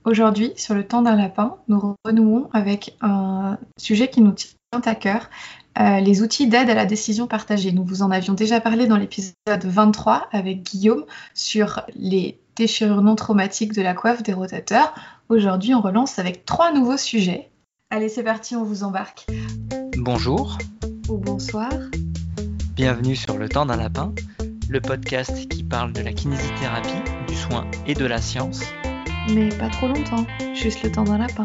Aujourd'hui, sur le temps d'un lapin, nous renouons avec un sujet qui nous tient à cœur, les outils d'aide à la décision partagée. Nous vous en avions déjà parlé dans l'épisode 23 avec Guillaume sur les déchirures non traumatiques de la coiffe des rotateurs. Aujourd'hui, on relance avec 3 nouveaux sujets. Allez, c'est parti, on vous embarque. Bonjour, Ou bonsoir. bienvenue sur Le Temps d'un Lapin, le podcast qui parle de la kinésithérapie, du soin et de la science. Mais pas trop longtemps, juste le temps d'un lapin.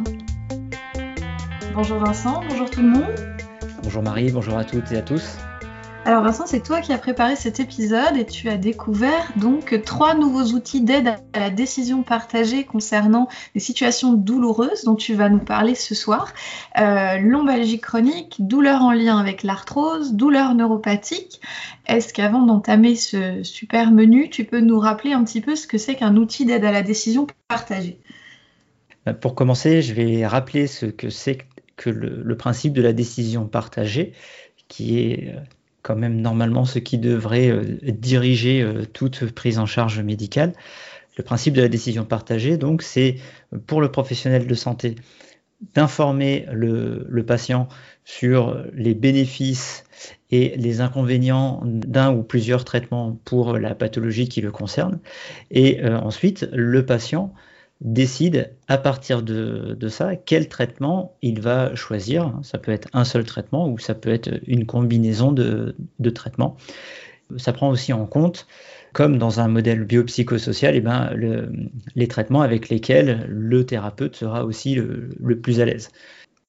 Bonjour Vincent, bonjour tout le monde. Bonjour Marie, bonjour à toutes et à tous. Alors Vincent, c'est toi qui as préparé cet épisode et tu as découvert donc 3 nouveaux outils d'aide à la décision partagée concernant des situations douloureuses dont tu vas nous parler ce soir. Lombalgie chronique, douleur en lien avec l'arthrose, douleur neuropathique. Est-ce qu'avant d'entamer ce super menu, tu peux nous rappeler un petit peu ce que c'est qu'un outil d'aide à la décision partagée ? Pour commencer, je vais rappeler ce que c'est que le principe de la décision partagée, qui est quand même normalement ce qui devrait diriger toute prise en charge médicale. Le principe de la décision partagée, donc, c'est pour le professionnel de santé d'informer le patient sur les bénéfices et les inconvénients d'un ou plusieurs traitements pour la pathologie qui le concerne. Et ensuite, le patient décide à partir de ça quel traitement il va choisir. Ça peut être un seul traitement ou ça peut être une combinaison de traitements. Ça prend aussi en compte, comme dans un modèle biopsychosocial, les traitements avec lesquels le thérapeute sera aussi le plus à l'aise.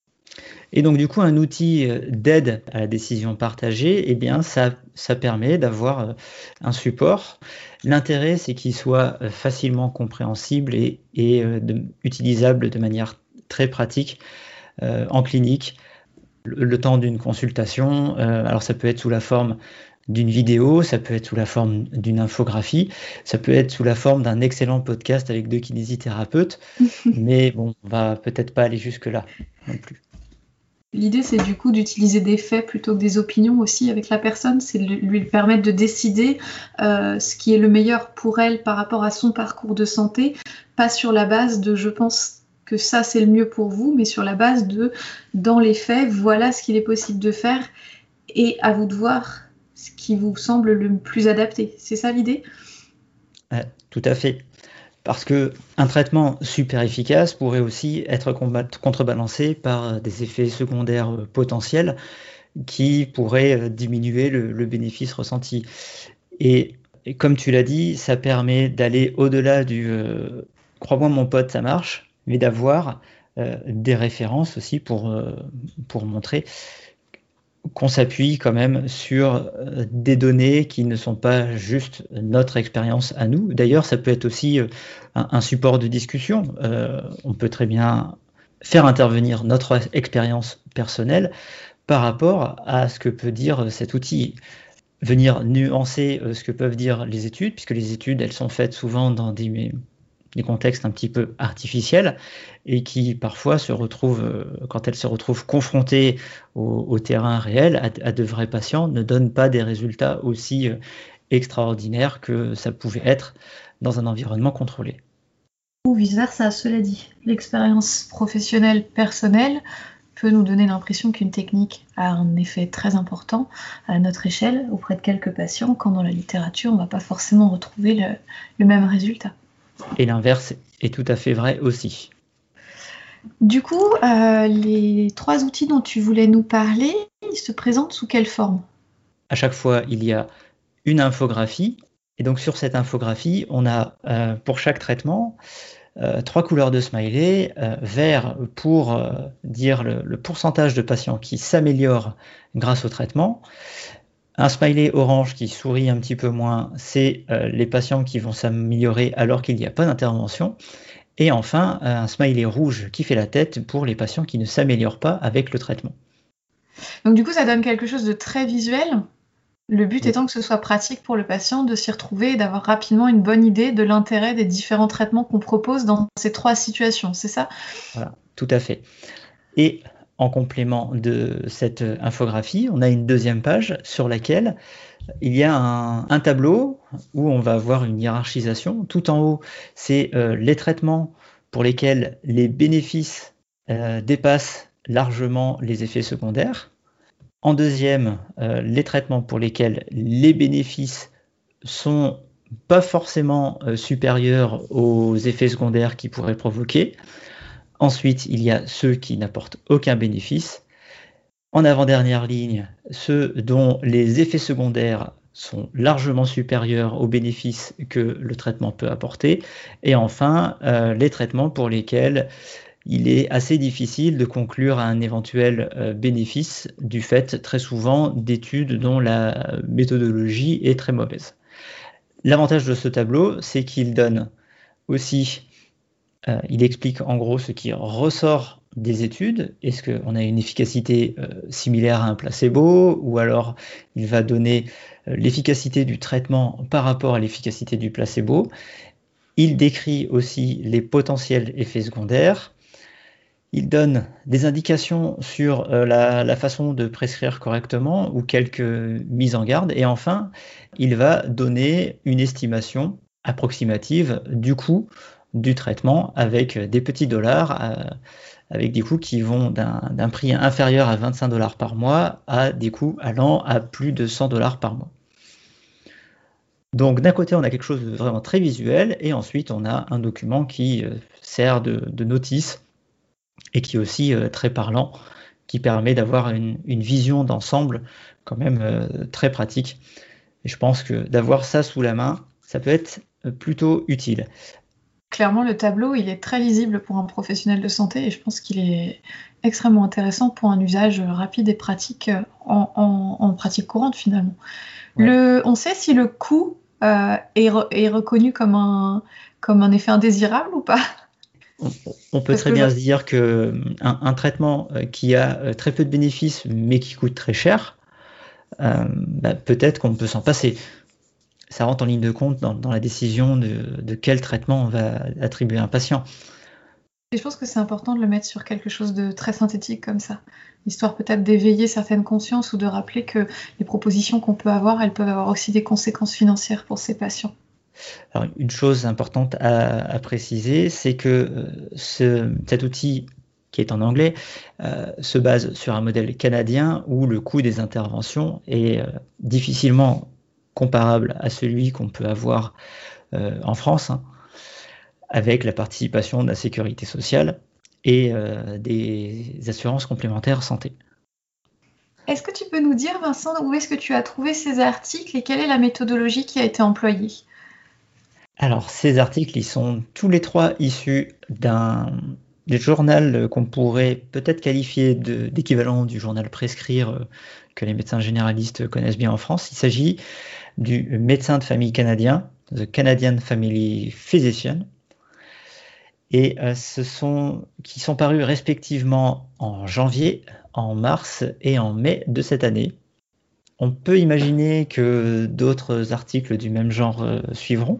Et donc du coup, un outil d'aide à la décision partagée, ça permet d'avoir un support. L'intérêt, c'est qu'il soit facilement compréhensible et utilisable de manière très pratique en clinique. Le temps d'une consultation, alors ça peut être sous la forme d'une vidéo, ça peut être sous la forme d'une infographie, ça peut être sous la forme d'un excellent podcast avec 2 kinésithérapeutes, mais bon, on va peut-être pas aller jusque-là non plus. L'idée, c'est du coup d'utiliser des faits plutôt que des opinions aussi avec la personne, c'est de lui permettre de décider ce qui est le meilleur pour elle par rapport à son parcours de santé, pas sur la base de « je pense que ça c'est le mieux pour vous », mais sur la base de « dans les faits, voilà ce qu'il est possible de faire et à vous de voir ce qui vous semble le plus adapté ». C'est ça l'idée ? Tout à fait. Parce qu'un traitement super efficace pourrait aussi être contrebalancé par des effets secondaires potentiels qui pourraient diminuer le bénéfice ressenti. Et comme tu l'as dit, ça permet d'aller au-delà du « crois-moi mon pote, ça marche », mais d'avoir des références aussi pour montrer qu'on s'appuie quand même sur des données qui ne sont pas juste notre expérience à nous. D'ailleurs, ça peut être aussi un support de discussion. On peut très bien faire intervenir notre expérience personnelle par rapport à ce que peut dire cet outil. Venir nuancer ce que peuvent dire les études, puisque les études, elles sont faites souvent dans des contextes un petit peu artificiels et qui parfois se retrouvent, quand elles se retrouvent confrontées au terrain réel, à de vrais patients, ne donnent pas des résultats aussi extraordinaires que ça pouvait être dans un environnement contrôlé. Ou vice-versa, cela dit. L'expérience professionnelle personnelle peut nous donner l'impression qu'une technique a un effet très important à notre échelle auprès de quelques patients, quand dans la littérature, on ne va pas forcément retrouver le même résultat. Et l'inverse est tout à fait vrai aussi. Du coup, les 3 outils dont tu voulais nous parler, ils se présentent sous quelle forme ? À chaque fois, il y a une infographie. Et donc sur cette infographie, on a pour chaque traitement 3 couleurs de smiley, vert pour dire le pourcentage de patients qui s'améliorent grâce au traitement. Un smiley orange qui sourit un petit peu moins, c'est les patients qui vont s'améliorer alors qu'il n'y a pas d'intervention. Et enfin, un smiley rouge qui fait la tête pour les patients qui ne s'améliorent pas avec le traitement. Donc du coup, ça donne quelque chose de très visuel. Le but étant que ce soit pratique pour le patient de s'y retrouver et d'avoir rapidement une bonne idée de l'intérêt des différents traitements qu'on propose dans ces 3 situations, c'est ça ? Voilà, tout à fait. Et en complément de cette infographie, on a une deuxième page sur laquelle il y a un tableau où on va avoir une hiérarchisation. Tout en haut, c'est les traitements pour lesquels les bénéfices dépassent largement les effets secondaires. En deuxième, les traitements pour lesquels les bénéfices sont pas forcément supérieurs aux effets secondaires qu'ils pourraient provoquer. Ensuite, il y a ceux qui n'apportent aucun bénéfice. En avant-dernière ligne, ceux dont les effets secondaires sont largement supérieurs aux bénéfices que le traitement peut apporter. Et enfin, les traitements pour lesquels il est assez difficile de conclure à un éventuel bénéfice du fait très souvent d'études dont la méthodologie est très mauvaise. L'avantage de ce tableau, c'est qu'il donne aussi, il explique en gros ce qui ressort des études. Est-ce qu'on a une efficacité similaire à un placebo, ou alors il va donner l'efficacité du traitement par rapport à l'efficacité du placebo. Il décrit aussi les potentiels effets secondaires. Il donne des indications sur la façon de prescrire correctement ou quelques mises en garde. Et enfin, il va donner une estimation approximative du coût du traitement avec des petits dollars, avec des coûts qui vont d'un prix inférieur à 25 $ par mois à des coûts allant à plus de 100 $ par mois. Donc d'un côté, on a quelque chose de vraiment très visuel, et ensuite on a un document qui sert de notice et qui est aussi très parlant, qui permet d'avoir une vision d'ensemble quand même très pratique. Et je pense que d'avoir ça sous la main, ça peut être plutôt utile. Clairement, le tableau, il est très lisible pour un professionnel de santé, et je pense qu'il est extrêmement intéressant pour un usage rapide et pratique en pratique courante finalement. Ouais. On sait si le coût est reconnu comme un effet indésirable ou pas? On peut très bien se dire qu'un traitement qui a très peu de bénéfices mais qui coûte très cher, peut-être qu'on peut s'en passer. Ça rentre en ligne de compte dans la décision de quel traitement on va attribuer à un patient. Et je pense que c'est important de le mettre sur quelque chose de très synthétique comme ça, histoire peut-être d'éveiller certaines consciences ou de rappeler que les propositions qu'on peut avoir, elles peuvent avoir aussi des conséquences financières pour ces patients. Alors, une chose importante à préciser, c'est que cet outil, qui est en anglais, se base sur un modèle canadien où le coût des interventions est difficilement comparable à celui qu'on peut avoir en France, avec la participation de la sécurité sociale et des assurances complémentaires santé. Est-ce que tu peux nous dire, Vincent, où est-ce que tu as trouvé ces articles et quelle est la méthodologie qui a été employée ? Alors, ces articles, ils sont tous les trois issus d'un journal qu'on pourrait peut-être qualifier d'équivalent du journal Prescrire que les médecins généralistes connaissent bien en France. Il s'agit du médecin de famille canadien, The Canadian Family Physician, et qui sont parus respectivement en janvier, en mars et en mai de cette année. On peut imaginer que d'autres articles du même genre suivront.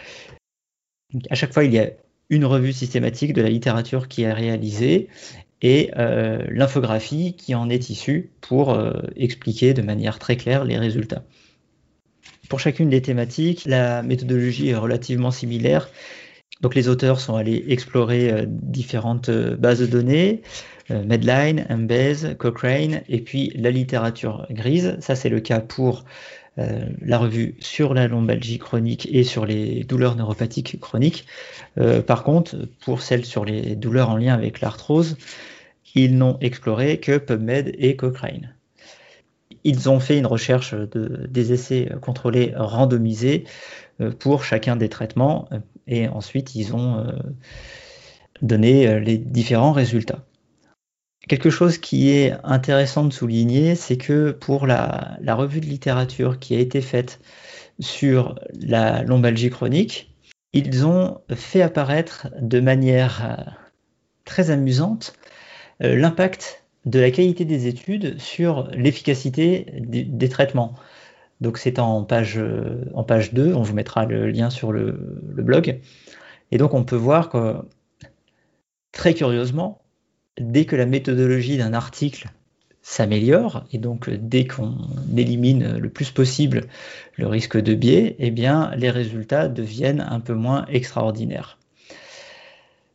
À chaque fois, il y a une revue systématique de la littérature qui est réalisée et l'infographie qui en est issue pour expliquer de manière très claire les résultats. Pour chacune des thématiques, la méthodologie est relativement similaire. Donc les auteurs sont allés explorer différentes bases de données, Medline, Embase, Cochrane, et puis la littérature grise. Ça, c'est le cas pour la revue sur la lombalgie chronique et sur les douleurs neuropathiques chroniques. Par contre, pour celles sur les douleurs en lien avec l'arthrose, ils n'ont exploré que PubMed et Cochrane. Ils ont fait une recherche des essais contrôlés randomisés pour chacun des traitements, et ensuite ils ont donné les différents résultats. Quelque chose qui est intéressant de souligner, c'est que pour la revue de littérature qui a été faite sur la lombalgie chronique, ils ont fait apparaître de manière très amusante l'impact de la qualité des études sur l'efficacité des traitements. Donc c'est en page 2, on vous mettra le lien sur le blog. Et donc on peut voir que, très curieusement, dès que la méthodologie d'un article s'améliore, et donc dès qu'on élimine le plus possible le risque de biais, eh bien les résultats deviennent un peu moins extraordinaires.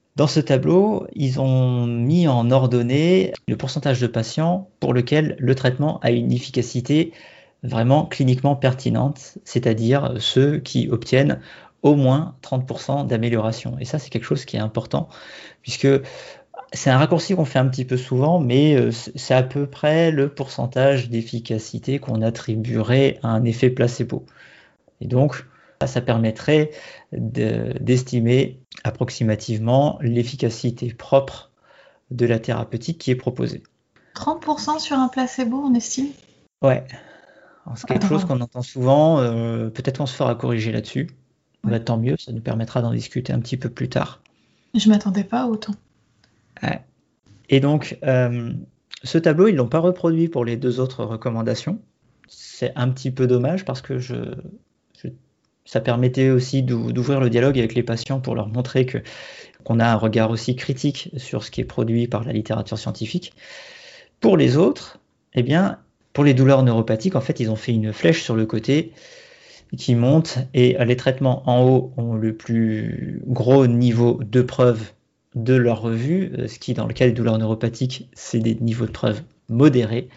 Dans ce tableau, ils ont mis en ordonnée le pourcentage de patients pour lesquels le traitement a une efficacité vraiment cliniquement pertinente, c'est-à-dire ceux qui obtiennent au moins 30% d'amélioration. Et ça, c'est quelque chose qui est important, puisque c'est un raccourci qu'on fait un petit peu souvent, mais c'est à peu près le pourcentage d'efficacité qu'on attribuerait à un effet placebo. Et donc, ça permettrait d'estimer approximativement l'efficacité propre de la thérapeutique qui est proposée. 30% sur un placebo, on estime? Ouais, c'est quelque chose qu'on entend souvent, peut-être qu'on se fera corriger là-dessus. Ouais. Bah, tant mieux, ça nous permettra d'en discuter un petit peu plus tard. Je m'attendais pas à autant. Ouais. Et donc, ce tableau, ils ne l'ont pas reproduit pour les 2 autres recommandations. C'est un petit peu dommage parce que ça permettait aussi d'ouvrir le dialogue avec les patients pour leur montrer qu'on a un regard aussi critique sur ce qui est produit par la littérature scientifique. Pour les autres, eh bien, pour les douleurs neuropathiques, en fait, ils ont fait une flèche sur le côté qui monte et les traitements en haut ont le plus gros niveau de preuve de leur revue, ce qui, dans le cas des douleurs neuropathiques, c'est des niveaux de preuve modérés.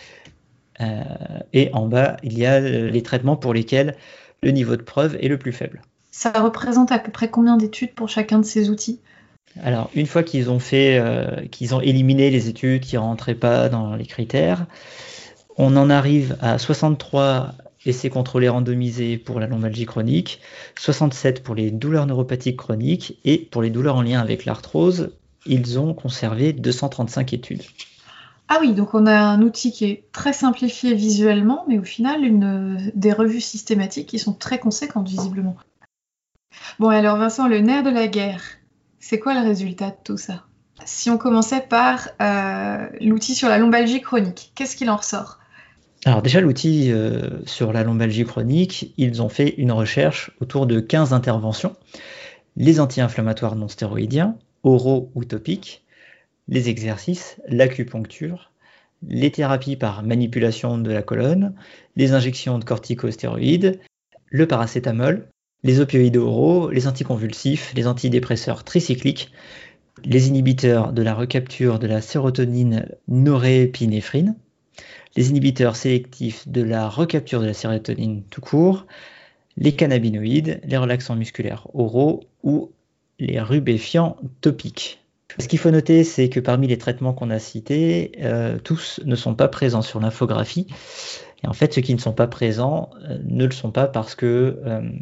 Et en bas, il y a les traitements pour lesquels le niveau de preuve est le plus faible. Ça représente à peu près combien d'études pour chacun de ces outils? Alors, une fois qu'ils ont éliminé les études qui ne rentraient pas dans les critères, on en arrive à 63 essais contrôlés randomisés pour la lombalgie chronique, 67 pour les douleurs neuropathiques chroniques, et pour les douleurs en lien avec l'arthrose, ils ont conservé 235 études. Ah oui, donc on a un outil qui est très simplifié visuellement, mais au final, des revues systématiques qui sont très conséquentes visiblement. Bon, alors Vincent, le nerf de la guerre, c'est quoi le résultat de tout ça? Si on commençait par l'outil sur la lombalgie chronique, qu'est-ce qu'il en ressort? Alors déjà, l'outil sur la lombalgie chronique, ils ont fait une recherche autour de 15 interventions. Les anti-inflammatoires non stéroïdiens, oraux ou topiques, les exercices, l'acupuncture, les thérapies par manipulation de la colonne, les injections de corticostéroïdes, le paracétamol, les opioïdes oraux, les anticonvulsifs, les antidépresseurs tricycliques, les inhibiteurs de la recapture de la sérotonine norépinéphrine, les inhibiteurs sélectifs de la recapture de la sérotonine tout court, les cannabinoïdes, les relaxants musculaires oraux ou les rubéfiants topiques. Ce qu'il faut noter, c'est que parmi les traitements qu'on a cités, tous ne sont pas présents sur l'infographie. Et en fait, ceux qui ne sont pas présents ne le sont pas parce que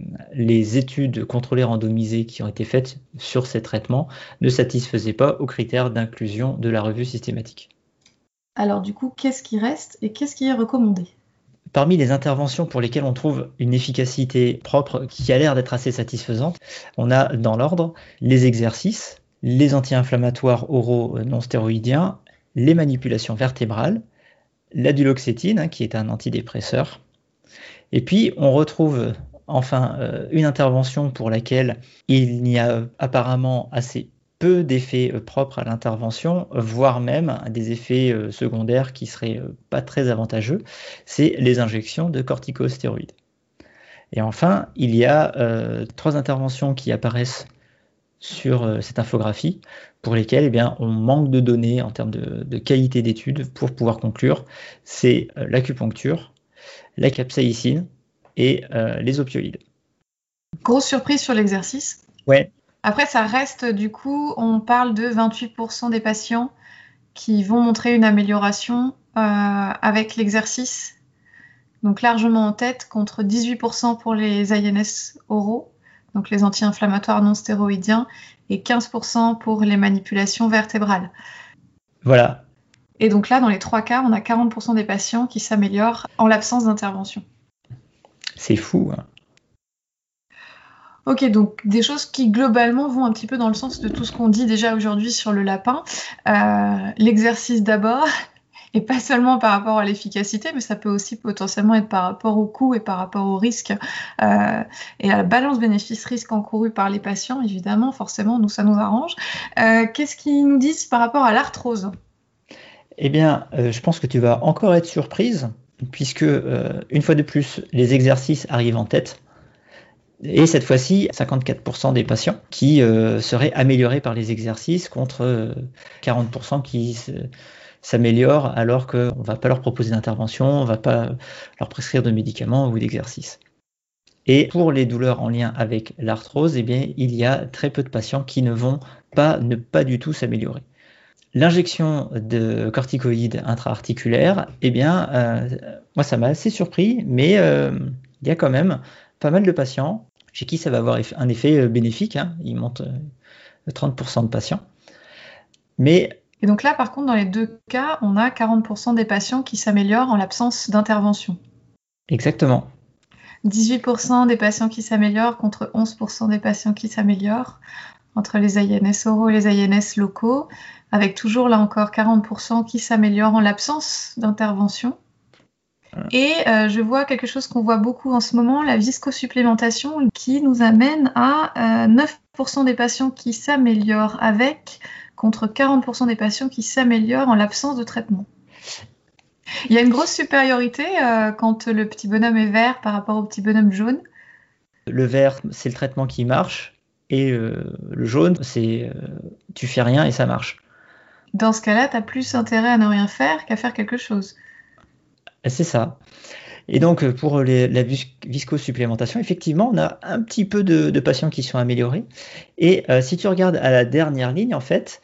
les études contrôlées randomisées qui ont été faites sur ces traitements ne satisfaisaient pas aux critères d'inclusion de la revue systématique. Alors du coup, qu'est-ce qui reste et qu'est-ce qui est recommandé? Parmi les interventions pour lesquelles on trouve une efficacité propre qui a l'air d'être assez satisfaisante, on a dans l'ordre les exercices, les anti-inflammatoires oraux non stéroïdiens, les manipulations vertébrales, la duloxétine, qui est un antidépresseur. Et puis, on retrouve enfin une intervention pour laquelle il n'y a apparemment assez peu d'effets propres à l'intervention, voire même des effets secondaires qui seraient pas très avantageux, c'est les injections de corticostéroïdes. Et enfin, il y a 3 interventions qui apparaissent sur cette infographie, pour lesquelles on manque de données en termes de qualité d'études pour pouvoir conclure. C'est l'acupuncture, la capsaïcine et les opioïdes. Grosse surprise sur l'exercice. Ouais. Après, ça reste, du coup, on parle de 28% des patients qui vont montrer une amélioration avec l'exercice. Donc largement en tête, contre 18% pour les INS oraux, donc les anti-inflammatoires non stéroïdiens, et 15% pour les manipulations vertébrales. Voilà. Et donc là, dans les 3 cas, on a 40% des patients qui s'améliorent en l'absence d'intervention. C'est fou, hein. Ok, donc des choses qui globalement vont un petit peu dans le sens de tout ce qu'on dit déjà aujourd'hui sur le lapin. L'exercice d'abord, et pas seulement par rapport à l'efficacité, mais ça peut aussi potentiellement être par rapport au coût et par rapport au risque et à la balance bénéfice-risque encourue par les patients, évidemment, forcément, nous, ça nous arrange. Qu'est-ce qu'ils nous disent par rapport à l'arthrose ? Eh bien, je pense que tu vas encore être surprise, puisque, une fois de plus, les exercices arrivent en tête. Et cette fois-ci, 54% des patients qui seraient améliorés par les exercices contre 40% qui s'améliorent alors qu'on ne va pas leur proposer d'intervention, on ne va pas leur prescrire de médicaments ou d'exercices. Et pour les douleurs en lien avec l'arthrose, eh bien, il y a très peu de patients qui ne vont pas du tout s'améliorer. L'injection de corticoïdes intra-articulaires, eh bien, moi ça m'a assez surpris, mais il y a quand même pas mal de patients chez qui ça va avoir un effet bénéfique, hein. Il monte 30% de patients. Mais Et donc là, par contre, dans les deux cas, on a 40% des patients qui s'améliorent en l'absence d'intervention. Exactement. 18% des patients qui s'améliorent contre 11% des patients qui s'améliorent entre les INS oraux et les INS locaux, avec toujours là encore 40% qui s'améliorent en l'absence d'intervention. Et je vois quelque chose qu'on voit beaucoup en ce moment, la viscosupplémentation, qui nous amène à 9% des patients qui s'améliorent avec, contre 40% des patients qui s'améliorent en l'absence de traitement. Il y a une grosse supériorité quand le petit bonhomme est vert par rapport au petit bonhomme jaune. Le vert, c'est le traitement qui marche, et le jaune, c'est tu fais rien et ça marche. Dans ce cas-là, tu as plus intérêt à ne rien faire qu'à faire quelque chose. C'est ça. Et donc, pour la viscosupplémentation, effectivement, on a un petit peu de patients qui sont améliorés. Et si tu regardes à la dernière ligne, en fait,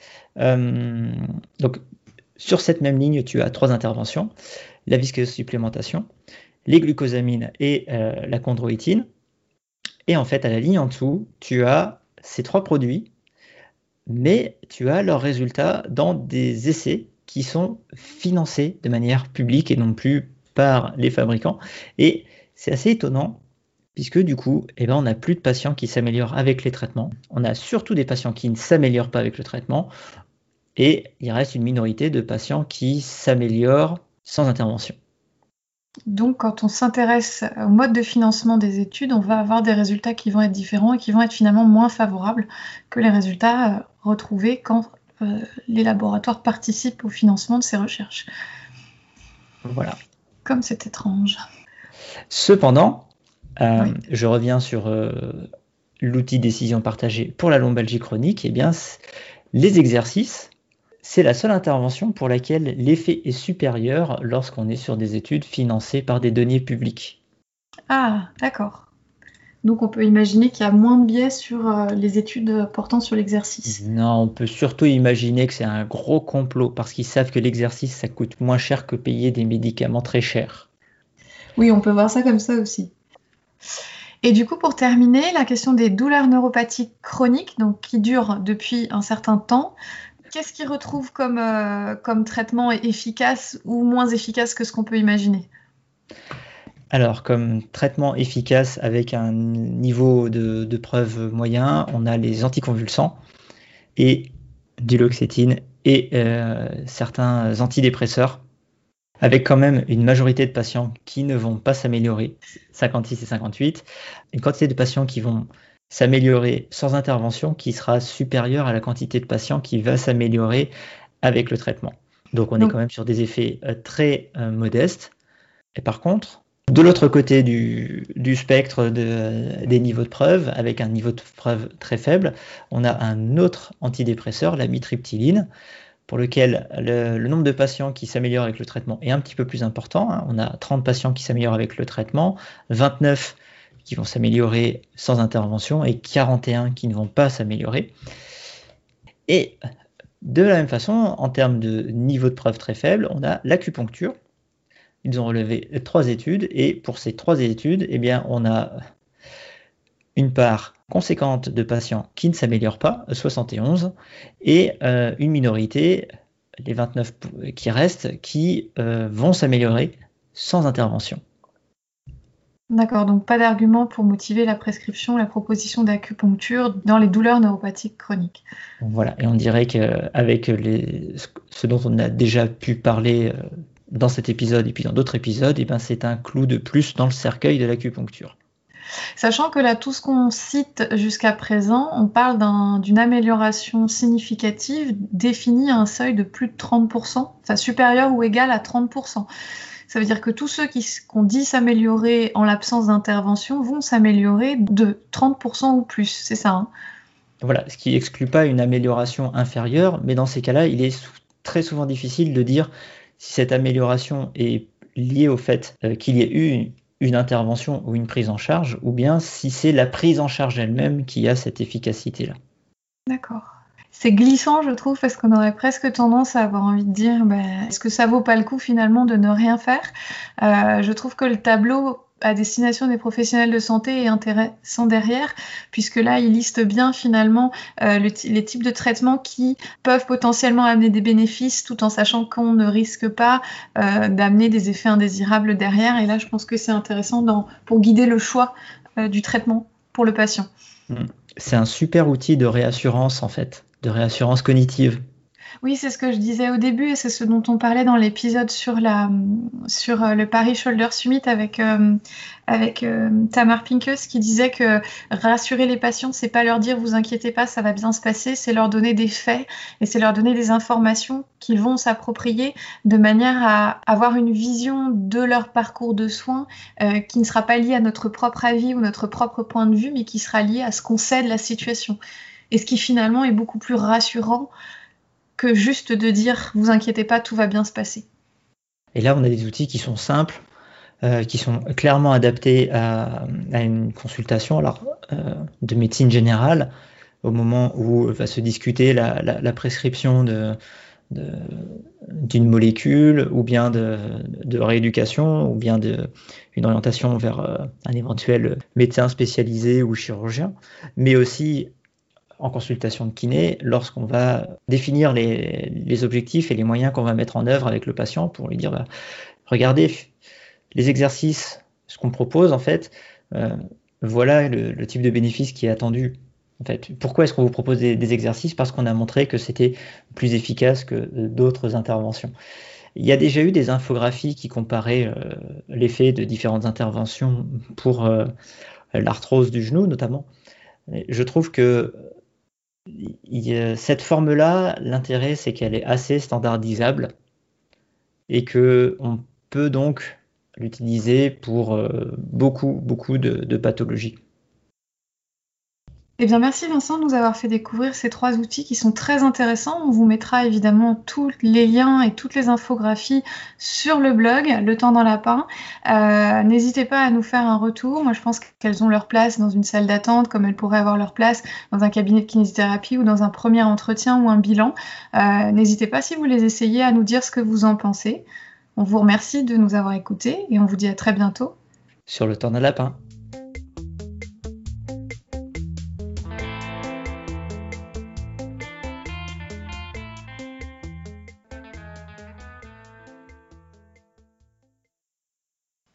donc, sur cette même ligne, tu as 3 interventions, la viscosupplémentation, les glucosamines et la chondroïtine. Et en fait, à la ligne en dessous, tu as ces 3 produits, mais tu as leurs résultats dans des essais qui sont financés de manière publique et non plus par les fabricants. Et c'est assez étonnant, puisque du coup, on n'a plus de patients qui s'améliorent avec les traitements. On a surtout des patients qui ne s'améliorent pas avec le traitement, et il reste une minorité de patients qui s'améliorent sans intervention. Donc, quand on s'intéresse au mode de financement des études, on va avoir des résultats qui vont être différents et qui vont être finalement moins favorables que les résultats retrouvés quand les laboratoires participent au financement de ces recherches. Voilà. Comme c'est étrange. Cependant, Oui. je reviens sur l'outil décision partagée pour la lombalgie chronique. Eh bien, les exercices, c'est la seule intervention pour laquelle l'effet est supérieur lorsqu'on est sur des études financées par des deniers publics. Ah, d'accord. Donc on peut imaginer qu'il y a moins de biais sur les études portant sur l'exercice. Non, on peut surtout imaginer que c'est un gros complot parce qu'ils savent que l'exercice, ça coûte moins cher que payer des médicaments très chers. Oui, on peut voir ça comme ça aussi. Et du coup, pour terminer, la question des douleurs neuropathiques chroniques, donc qui durent depuis un certain temps, qu'est-ce qu'ils retrouvent comme traitement efficace ou moins efficace que ce qu'on peut imaginer ? Alors, comme traitement efficace avec un niveau de preuve moyen, on a les anticonvulsants et duloxétine et certains antidépresseurs, avec quand même une majorité de patients qui ne vont pas s'améliorer, 56 et 58, une quantité de patients qui vont s'améliorer sans intervention qui sera supérieure à la quantité de patients qui va s'améliorer avec le traitement. Donc on est quand même sur des effets très modestes. Et par contre, de l'autre côté du spectre des niveaux de preuve, avec un niveau de preuve très faible, on a un autre antidépresseur, la mitriptyline, pour lequel le nombre de patients qui s'améliorent avec le traitement est un petit peu plus important. On a 30 patients qui s'améliorent avec le traitement, 29 qui vont s'améliorer sans intervention et 41 qui ne vont pas s'améliorer. Et de la même façon, en termes de niveau de preuve très faible, on a l'acupuncture. Ils ont relevé 3 études et pour ces 3 études, on a une part conséquente de patients qui ne s'améliorent pas, 71, et une minorité, les 29 qui restent, qui vont s'améliorer sans intervention. D'accord, donc pas d'argument pour motiver la prescription, la proposition d'acupuncture dans les douleurs neuropathiques chroniques. Voilà, et on dirait qu'avec ce dont on a déjà pu parler dans cet épisode et puis dans d'autres épisodes, c'est un clou de plus dans le cercueil de l'acupuncture. Sachant que là, tout ce qu'on cite jusqu'à présent, on parle d'une amélioration significative définie à un seuil de plus de 30%, enfin supérieur ou égal à 30%. Ça veut dire que tous ceux qu'on dit s'améliorer en l'absence d'intervention vont s'améliorer de 30% ou plus, c'est ça, hein? Voilà, ce qui exclut pas une amélioration inférieure, mais dans ces cas-là, il est très souvent difficile de dire si cette amélioration est liée au fait qu'il y ait eu une intervention ou une prise en charge, ou bien si c'est la prise en charge elle-même qui a cette efficacité-là. D'accord. C'est glissant, je trouve, parce qu'on aurait presque tendance à avoir envie de dire est-ce que ça vaut pas le coup finalement de ne rien faire? Je trouve que le tableau à destination des professionnels de santé est intéressant derrière, puisque là, il liste bien finalement les types de traitements qui peuvent potentiellement amener des bénéfices, tout en sachant qu'on ne risque pas d'amener des effets indésirables derrière. Et là, je pense que c'est intéressant pour guider le choix du traitement pour le patient. C'est un super outil de réassurance, en fait, de réassurance cognitive. Oui, c'est ce que je disais au début et c'est ce dont on parlait dans l'épisode sur le Paris Shoulder Summit avec Tamar Pinkes qui disait que rassurer les patients, c'est pas leur dire vous inquiétez pas, ça va bien se passer, c'est leur donner des faits et c'est leur donner des informations qu'ils vont s'approprier de manière à avoir une vision de leur parcours de soins qui ne sera pas liée à notre propre avis ou notre propre point de vue, mais qui sera liée à ce qu'on sait de la situation. Et ce qui finalement est beaucoup plus rassurant que juste de dire vous inquiétez pas, tout va bien se passer. Et là, on a des outils qui sont simples, qui sont clairement adaptés à une consultation de médecine générale, au moment où va se discuter la prescription d'une molécule, ou bien de rééducation, ou bien une orientation vers un éventuel médecin spécialisé ou chirurgien, mais aussi en consultation de kiné, lorsqu'on va définir les objectifs et les moyens qu'on va mettre en œuvre avec le patient pour lui dire regardez les exercices, ce qu'on propose en fait, voilà le type de bénéfice qui est attendu. En fait, pourquoi est-ce qu'on vous propose des exercices? Parce qu'on a montré que c'était plus efficace que d'autres interventions. Il y a déjà eu des infographies qui comparaient l'effet de différentes interventions pour l'arthrose du genou notamment. Je trouve que cette forme-là, l'intérêt, c'est qu'elle est assez standardisable et qu'on peut donc l'utiliser pour beaucoup de pathologies. Eh bien, merci Vincent de nous avoir fait découvrir ces 3 outils qui sont très intéressants. On vous mettra évidemment tous les liens et toutes les infographies sur le blog Le Temps dans la Pain. N'hésitez pas à nous faire un retour. Moi, je pense qu'elles ont leur place dans une salle d'attente, comme elles pourraient avoir leur place dans un cabinet de kinésithérapie ou dans un premier entretien ou un bilan. N'hésitez pas, si vous les essayez, à nous dire ce que vous en pensez. On vous remercie de nous avoir écoutés et on vous dit à très bientôt. Sur Le Temps dans la Pain.